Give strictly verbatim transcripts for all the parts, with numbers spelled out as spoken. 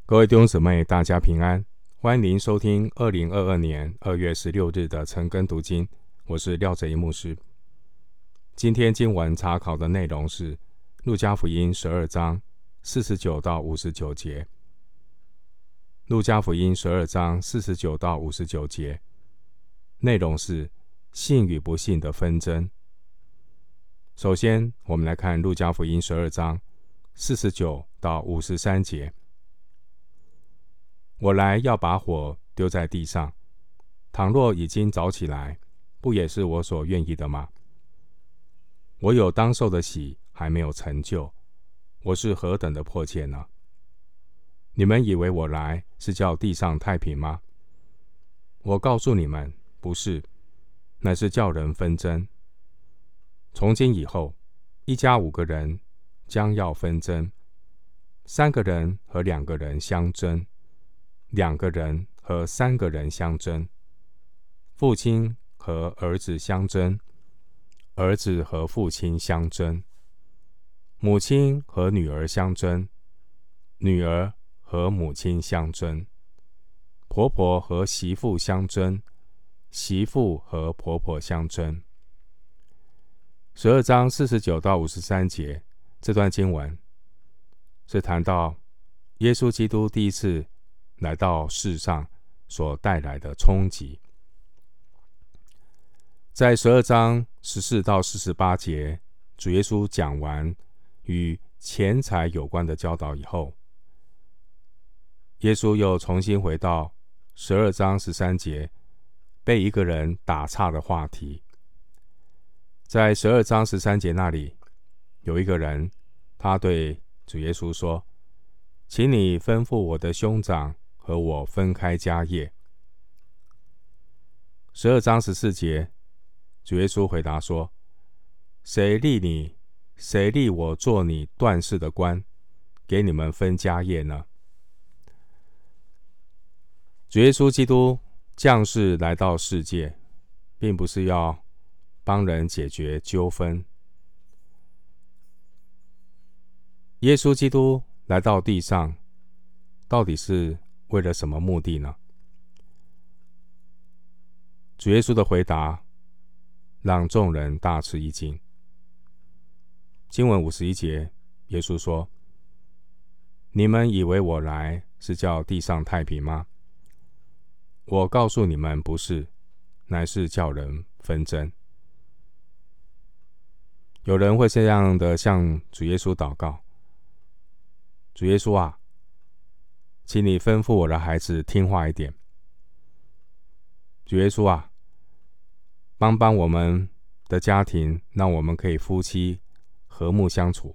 各位弟兄姊妹，大家平安，欢迎您收听二零二二年二月十六日的晨更读经，我是廖哲一牧师。今天经文查考的内容是路加福音十二章四十九到五十九节。路加福音十二章四十九到五十九节，内容是信与不信的纷争。首先，我们来看路加福音十二章四十九到五十三节。我来要把火丢在地上，倘若已经着起来，不也是我所愿意的吗？我有当受的喜还没有成就，我是何等的迫切呢？你们以为我来是叫地上太平吗？我告诉你们，不是，乃是叫人纷争。从今以后，一家五个人将要纷争，三个人和两个人相争，两个人和三个人相争，父亲和儿子相争，儿子和父亲相争，母亲和女儿相争，女儿和母亲相争，婆婆和媳妇相争，媳妇和婆婆相争。十二章四十九到五十三节，这段经文是谈到耶稣基督第一次来到世上所带来的冲击。在十二章十四到四十八节，主耶稣讲完与钱财有关的教导以后，耶稣又重新回到十二章十三节被一个人打岔的话题。在十二章十三节那里，有一个人，他对主耶稣说：请你吩咐我的兄长和我分开家业。十二章十四节，主耶稣回答说：谁立你，谁立我做你断事的官，给你们分家业呢？主耶稣基督降世来到世界，并不是要帮人解决纠纷。耶稣基督来到地上，到底是为了什么目的呢？主耶稣的回答让众人大吃一惊。经文五十一节，耶稣说：你们以为我来是叫地上太平吗？我告诉你们，不是，乃是叫人纷争。有人会这样的向主耶稣祷告：主耶稣啊，请你吩咐我的孩子听话一点。主耶稣啊，帮帮我们的家庭，让我们可以夫妻和睦相处。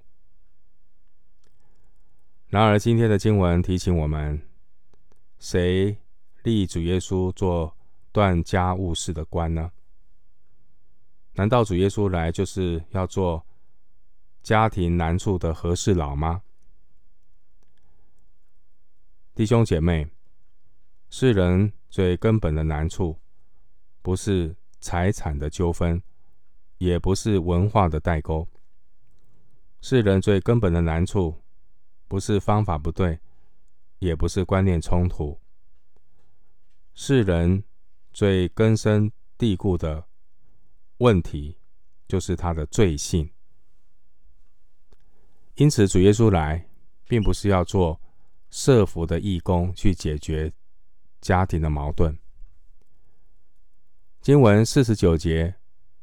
然而今天的经文提醒我们，谁立主耶稣做断家务事的官呢？难道主耶稣来就是要做家庭难处的和事佬吗？弟兄姐妹，世人最根本的难处，不是财产的纠纷，也不是文化的代沟。世人最根本的难处，不是方法不对，也不是观念冲突。世人最根深蒂固的问题，就是他的罪性。因此主耶稣来，并不是要做社福的义工去解决家庭的矛盾。经文四十九节，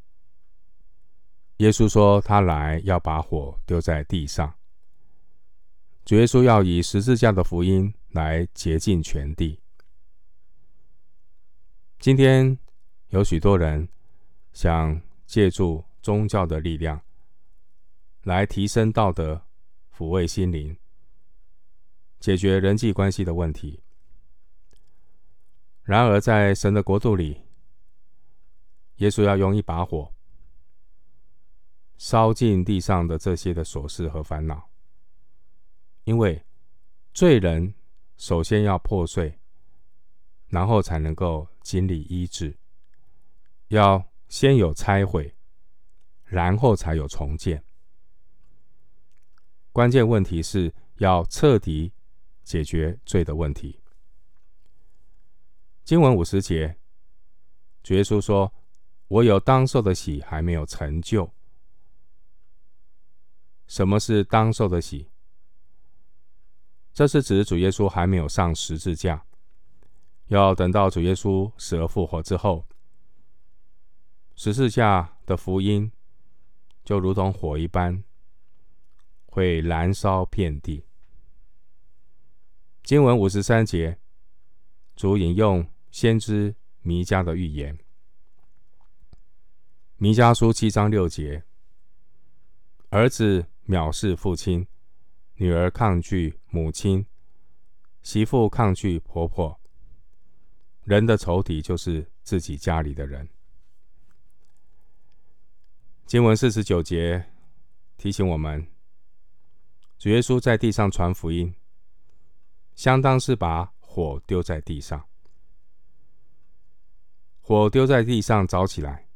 耶稣说他来要把火丢在地上。主耶稣要以十字架的福音来洁净全地。今天有许多人想借助宗教的力量来提升道德，抚慰心灵，解决人际关系的问题。然而在神的国度里，耶稣要用一把火烧尽地上的这些的琐事和烦恼。因为罪人首先要破碎，然后才能够经历医治，要先有拆毁，然后才有重建。关键问题是要彻底解决罪的问题。经文五十节，主耶稣说：“我有当受的喜还没有成就。”什么是当受的喜？这是指主耶稣还没有上十字架，要等到主耶稣死而复活之后，十字架的福音就如同火一般，会燃烧遍地。经文五十三节，主引用先知弥迦的预言。弥迦书七章六节，儿子藐视父亲，女儿抗拒母亲，媳妇抗拒婆婆。人的仇敌就是自己家里的人。经文四十九节提醒我们，主耶稣在地上传福音，相当是把火丢在地上。火丢在地上着起来，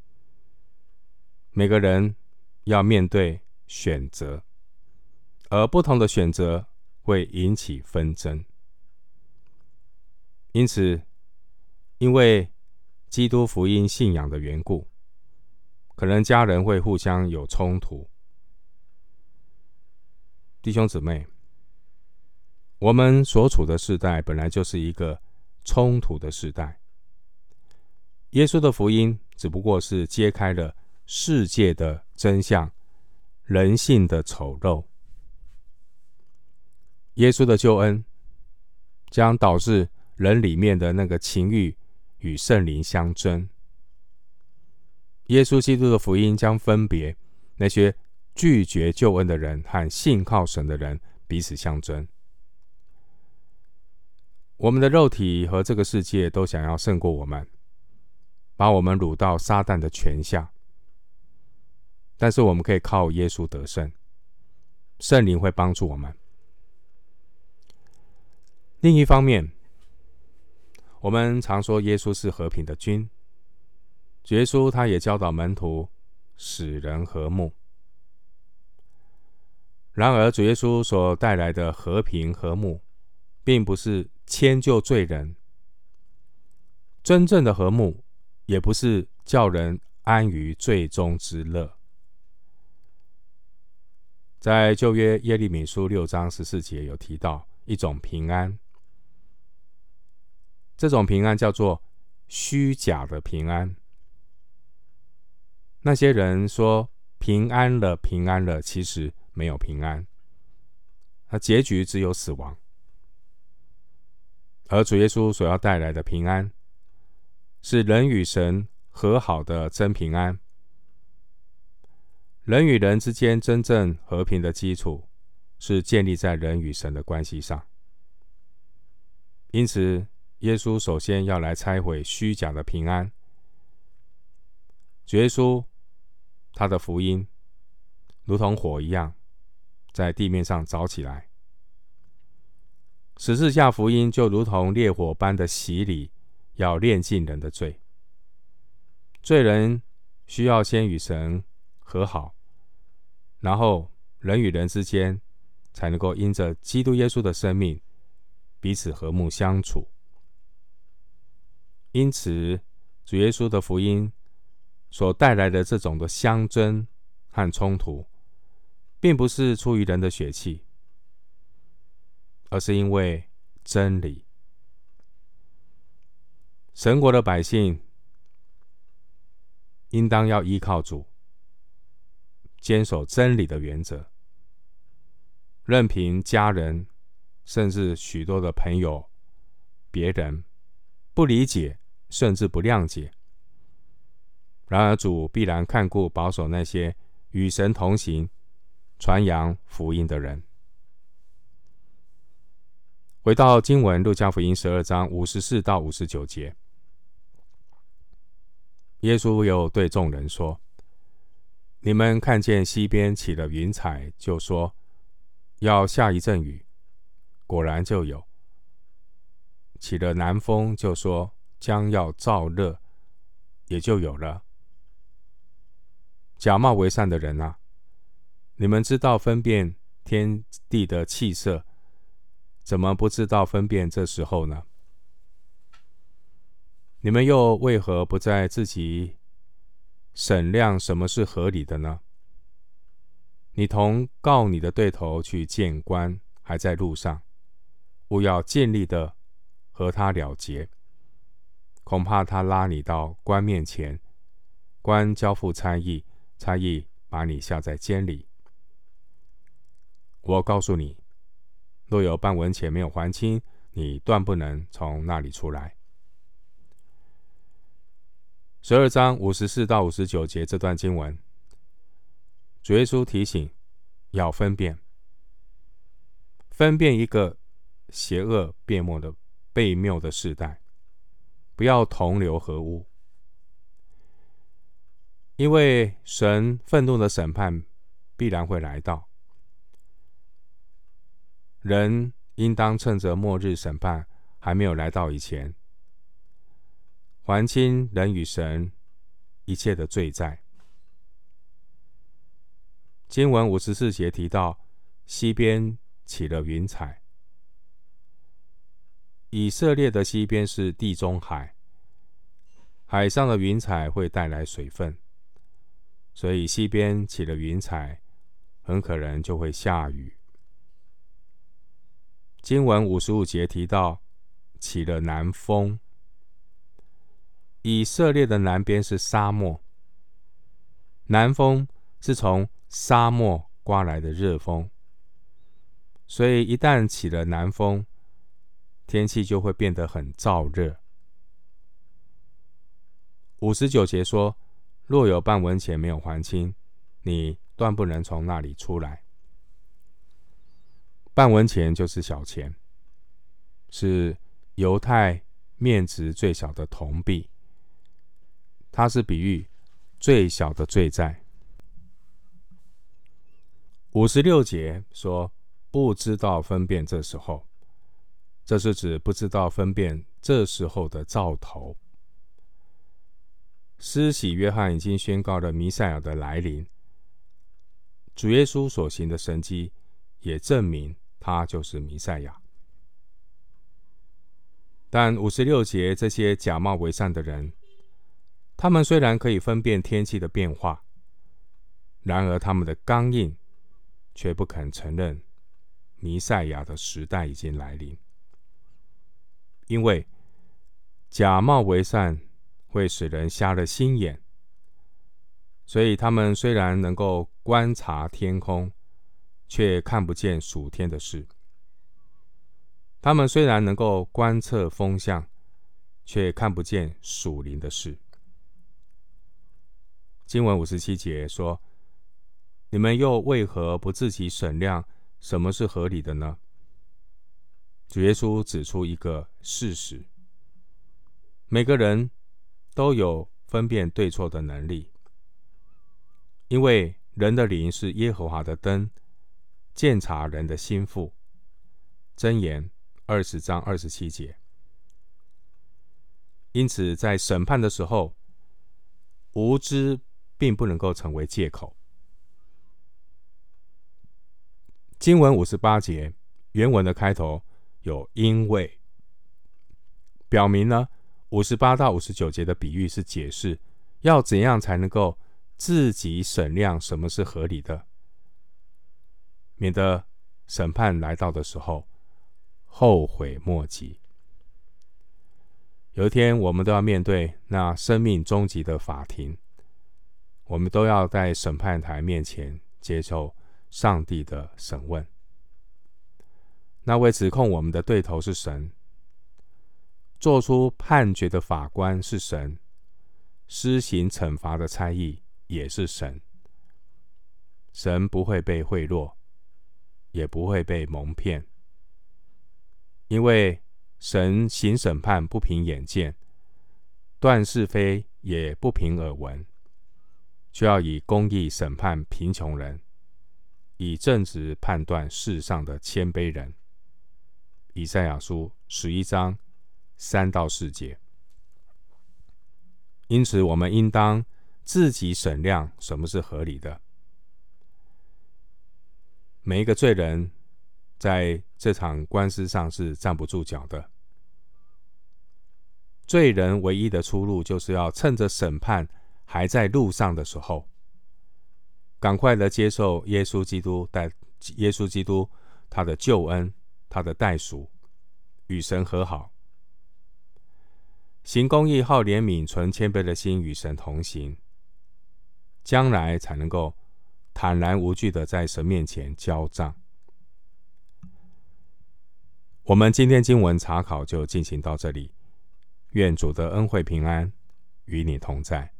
每个人要面对选择，而不同的选择会引起纷争。因此，因为基督福音信仰的缘故，可能家人会互相有冲突。弟兄姊妹，我们所处的世代本来就是一个冲突的世代。耶稣的福音只不过是揭开了世界的真相，人性的丑陋。耶稣的救恩将导致人里面的那个情欲与圣灵相争。耶稣基督的福音将分别那些拒绝救恩的人和信靠神的人彼此相争。我们的肉体和这个世界都想要胜过我们，把我们掳到撒旦的权下。但是我们可以靠耶稣得胜，圣灵会帮助我们。另一方面，我们常说耶稣是和平的君，主耶稣他也教导门徒使人和睦。然而主耶稣所带来的和平和睦，并不是迁就罪人，真正的和睦也不是叫人安于罪中之乐。在旧约耶利米书六章十四节有提到一种平安，这种平安叫做虚假的平安。那些人说平安了平安了，其实没有平安，那结局只有死亡。而主耶稣所要带来的平安，是人与神和好的真平安。人与人之间真正和平的基础，是建立在人与神的关系上。因此，耶稣首先要来拆毁虚假的平安。主耶稣他的福音如同火一样，在地面上着起来。十字架福音就如同烈火般的洗礼，要炼尽人的罪。罪人需要先与神和好，然后人与人之间才能够因着基督耶稣的生命彼此和睦相处。因此，主耶稣的福音所带来的这种的相争和冲突，并不是出于人的血气，而是因为真理。神国的百姓应当要依靠主，坚守真理的原则，任凭家人甚至许多的朋友、别人不理解甚至不谅解，然而主必然看顾保守那些与神同行、传扬福音的人。回到经文，路加福音十二章五十四到五十九节，耶稣又对众人说：你们看见西边起了云彩，就说要下一阵雨，果然就有；起了南风，就说将要燥热，也就有了。假冒为善的人啊，你们知道分辨天地的气色， 怎么不知道分辨这时候呢？你们又为何不在自己审量什么是合理的呢？你同告你的对头去见官，还在路上，务要尽力的和他了结，恐怕他拉你到官面前，官交付差役，差役把你下在监里。我告诉你，若有半文钱没有还清，你断不能从那里出来。十二章五十四到五十九节这段经文，主耶稣提醒要分辨，分辨一个邪恶变末的悖谬的世代，不要同流合污，因为神愤怒的审判必然会来到。人应当趁着末日审判还没有来到以前，还清人与神一切的罪债。经文五十四节提到，西边起了云彩。以色列的西边是地中海，海上的云彩会带来水分，所以西边起了云彩，很可能就会下雨。经文五十五节提到，起了南风。以色列的南边是沙漠，南风是从沙漠刮来的热风，所以一旦起了南风，天气就会变得很燥热。五十九节说，若有半文钱没有还清，你断不能从那里出来。半文钱就是小钱，是犹太面值最小的铜币，它是比喻最小的罪债。五十六节说，不知道分辨这时候，这是指不知道分辨这时候的兆头。施洗约翰已经宣告了弥赛亚的来临，主耶稣所行的神迹也证明他就是弥赛亚。但五十六节这些假冒为善的人，他们虽然可以分辨天气的变化，然而他们的刚硬却不肯承认弥赛亚的时代已经来临。因为假冒为善会使人瞎了心眼，所以他们虽然能够观察天空，却看不见属天的事。他们虽然能够观测风向，却看不见属灵的事。经文五十七节说，你们又为何不自己审量什么是合理的呢？主耶稣指出一个事实，每个人都有分辨对错的能力，因为人的灵是耶和华的灯，鉴察人的心腹。箴言二十章二十七节。因此在审判的时候，无知并不能够成为借口。经文五十八节原文的开头有因为，表明呢五十八到五十九节的比喻是解释要怎样才能够自己审量什么是合理的，免得审判来到的时候后悔莫及。有一天我们都要面对那生命终极的法庭，我们都要在审判台面前接受上帝的审问。那位指控我们的对头是神，做出判决的法官是神，施行惩罚的差役也是神。神不会被贿赂，也不会被蒙骗，因为神行审判不凭眼见，断是非也不凭耳闻，就要以公义审判贫穷人，以正直判断世上的谦卑人。以赛亚书十一章三到四节。因此我们应当自己审量什么是合理的。每一个罪人在这场官司上是站不住脚的。罪人唯一的出路，就是要趁着审判还在路上的时候，赶快的接受耶稣基督带耶稣基督他的救恩，他的代赎，与神和好，行公义、好怜悯、存谦卑的心，与神同行，将来才能够坦然无惧的在神面前交账。我们今天经文查考就进行到这里，愿主的恩惠平安与你同在。